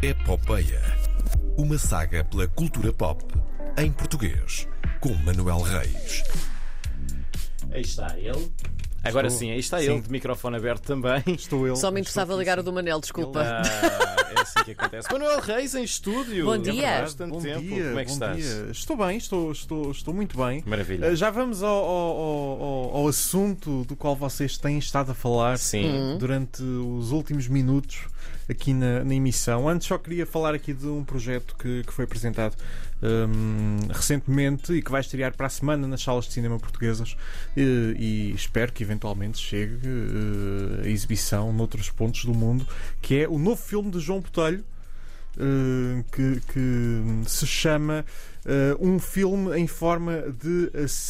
Epopeia. Uma saga pela cultura pop em português, com Manuel Reis. Aí está ele. Agora sim, aí está ele, de microfone aberto também. Estou eu. Só me interessava ligar o do Manel, desculpa. É assim que acontece. Manuel Reis em estúdio. Bom dia. É verdade, tanto tempo. Como é que estás? Dia. Estou bem, estou muito bem. Maravilha. Já vamos ao assunto do qual vocês têm estado a falar durante os últimos minutos aqui na emissão. Antes só queria falar aqui de um projeto que foi apresentado recentemente e que vai estrear para a semana nas salas de cinema portuguesas e espero que eventualmente chegue a exibição noutros pontos do mundo, que é o novo filme de João Botelho, que se chama um filme em forma de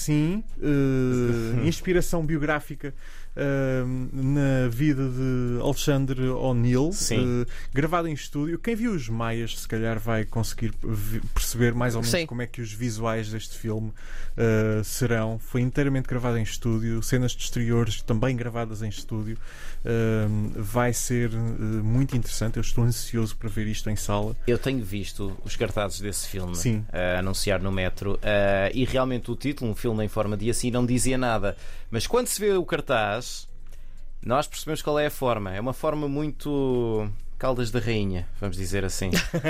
inspiração biográfica na vida de Alexandre O'Neill, gravado em estúdio. Quem viu Os Maias se calhar vai conseguir perceber mais ou menos como é que os visuais deste filme serão. Foi inteiramente gravado em estúdio, cenas de exteriores também gravadas em estúdio. Vai ser muito interessante. Eu estou ansioso para ver isto em sala. Eu tenho visto os cartazes desse filme anunciar no metro e realmente o título, um filme em forma de não dizia nada, mas quando se vê o cartaz nós percebemos qual é a forma. É uma forma muito Caldas da Rainha, vamos dizer assim.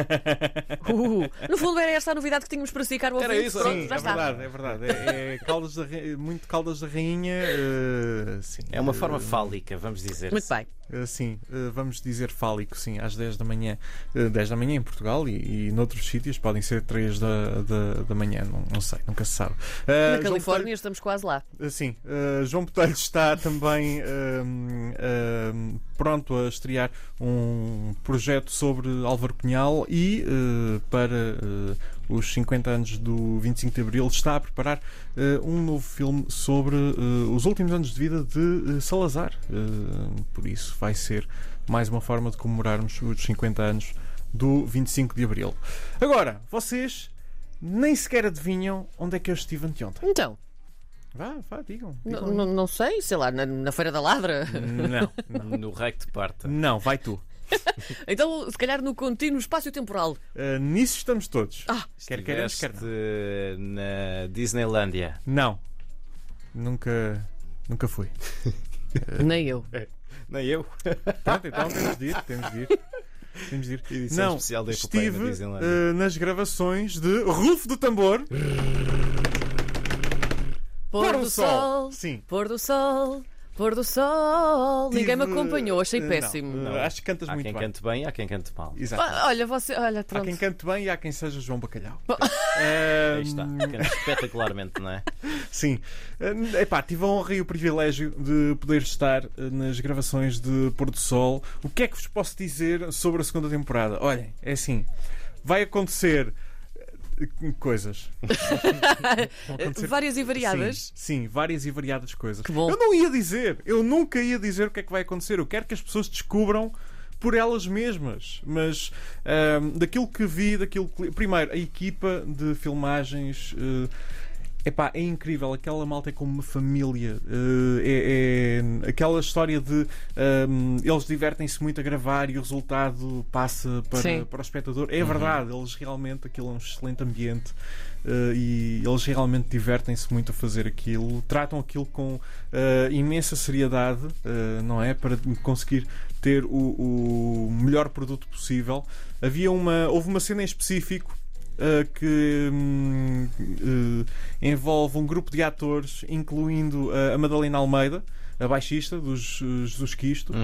No fundo era esta a novidade que tínhamos para si, caro ouvinte. Era isso, pronto, sim, já está. É verdade. É muito Caldas da Rainha. Sim. É uma forma fálica, vamos dizer. Muito bem. Sim, vamos dizer fálico, sim, às 10 da manhã. 10 da manhã em Portugal e noutros sítios podem ser 3 da manhã, não sei, nunca se sabe. Na Califórnia estamos quase lá. Sim, João Botelho está também pronto a estrear um projeto sobre Álvaro Cunhal e para os 50 anos do 25 de Abril está a preparar um novo filme sobre os últimos anos de vida de Salazar. Por isso vai ser mais uma forma de comemorarmos os 50 anos do 25 de Abril. Agora, vocês nem sequer adivinham onde é que eu estive anteontem. Então, Vá, digam. não sei, sei lá, na Feira da Ladra. Não. No raio que te parta. Não, vai tu. Então, se calhar no contínuo espaço-temporal. Nisso estamos todos. Quer queiramos, Estiveste quer não. na Disneylândia. Não. Nunca fui. Nem eu. Nem eu. Pronto, então temos de ir. Edição especial da Epopeia da estive Disneylândia. nas gravações de Rufo do Tambor. Pôr do sol. Sim. Pôr do sol. Pôr do sol. Ninguém me acompanhou, achei péssimo. Não, acho que cantas Há muito quem bem. cante bem, há quem cante mal. Exato. Olha, Há pronto. quem cante bem e há quem seja João Bacalhau. Aí está, canta espetacularmente, não é? Sim. Tive a honra e o privilégio de poder estar nas gravações de Pôr do Sol. O que é que vos posso dizer sobre a segunda temporada? Olhem, é assim, vai acontecer coisas. Várias e variadas. Sim, várias e variadas coisas. Que bom. Eu nunca ia dizer o que é que vai acontecer. Eu quero que as pessoas descubram por elas mesmas. Mas daquilo que vi, primeiro, a equipa de filmagens. É incrível, aquela malta é como uma família. É aquela história de eles divertem-se muito a gravar e o resultado passa para o espectador. É verdade, eles realmente, aquilo é um excelente ambiente e eles realmente divertem-se muito a fazer aquilo, tratam aquilo com imensa seriedade, não é? Para conseguir ter o melhor produto possível. Houve uma cena em específico que envolve um grupo de atores, incluindo a Madalena Almeida, a baixista dos Jesus Cristo,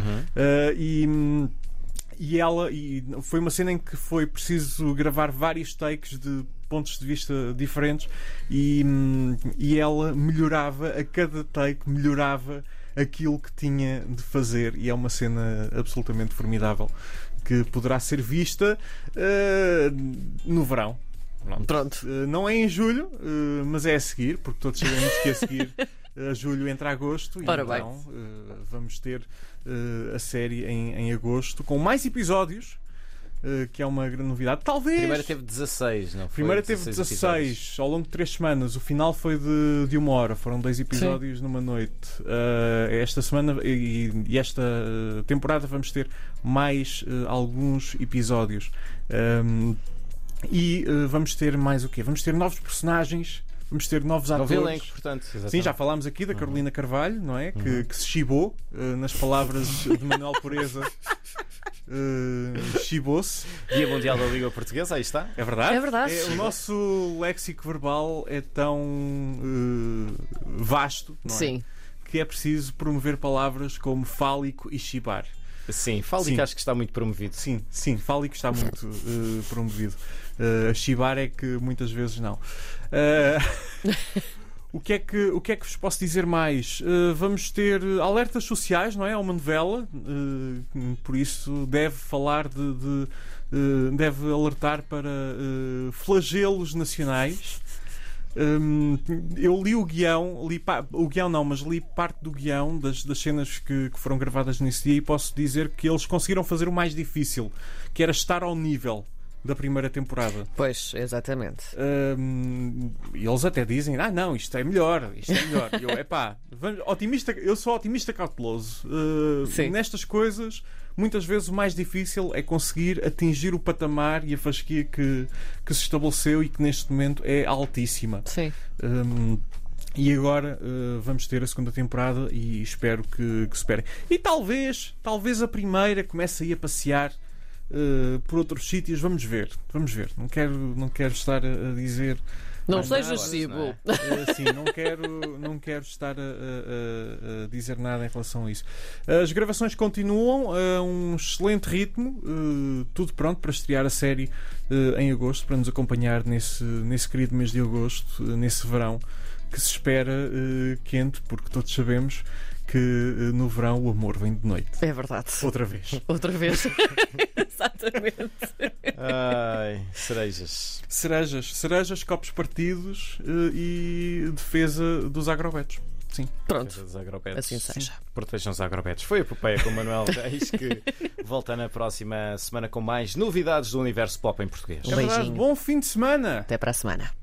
e foi uma cena em que foi preciso gravar vários takes de pontos de vista diferentes e ela melhorava a cada take, melhorava aquilo que tinha de fazer, e é uma cena absolutamente formidável que poderá ser vista no verão. Pronto. Não é em julho, mas é a seguir, porque todos sabemos que a seguir a julho entra agosto, e então vamos ter a série em agosto com mais episódios que é uma grande novidade. Talvez. A primeira teve 16, não foi? Primeira teve 16 ao longo de 3 semanas. O final foi de 1 hora. Foram 2 episódios numa noite. Esta semana e esta temporada vamos ter mais alguns episódios. Vamos ter mais o quê? Vamos ter novos personagens. Vamos ter novos atores. Novo elenco, portanto. Exatamente. Sim, já falámos aqui da Carolina Carvalho, não é? Que se chibou, nas palavras de Manuel Pureza. Chibou-se. Dia Mundial da Língua Portuguesa, aí está. É verdade? É verdade. O nosso léxico verbal é tão vasto, não é? Sim. Que é preciso promover palavras como fálico e chibar. Sim, fálico acho que está muito promovido. Sim, fálico está muito promovido. Chibar é que muitas vezes não. O que é que vos posso dizer mais? Vamos ter alertas sociais, não é? É uma novela, por isso deve falar deve alertar para flagelos nacionais. Eu li o guião, mas li parte do guião das cenas que foram gravadas nesse dia e posso dizer que eles conseguiram fazer o mais difícil, que era estar ao nível da primeira temporada. Pois, exatamente. E eles até dizem, não, isto é melhor. Eu sou otimista cauteloso. Nestas coisas, muitas vezes o mais difícil é conseguir atingir o patamar e a fasquia que se estabeleceu e que neste momento é altíssima. Sim. E agora vamos ter a segunda temporada e espero que esperem. E talvez a primeira comece a ir a passear por outros sítios. Vamos ver. Não quero estar a dizer. Não sejas Cibo. Sim, não quero estar a dizer nada em relação a isso. As gravações continuam a um excelente ritmo. Tudo pronto para estrear a série em agosto, para nos acompanhar nesse querido mês de agosto, nesse verão que se espera quente, porque todos sabemos que no verão o amor vem de noite. É verdade. Outra vez. Exatamente. Ai, cerejas, copos partidos e defesa dos agrobetos. Sim. Pronto. Assim seja. Protejam os agrobetos. Foi a epopeia com o Manuel Reis, que volta na próxima semana com mais novidades do universo pop em português. É verdade. Bom fim de semana. Até para a semana.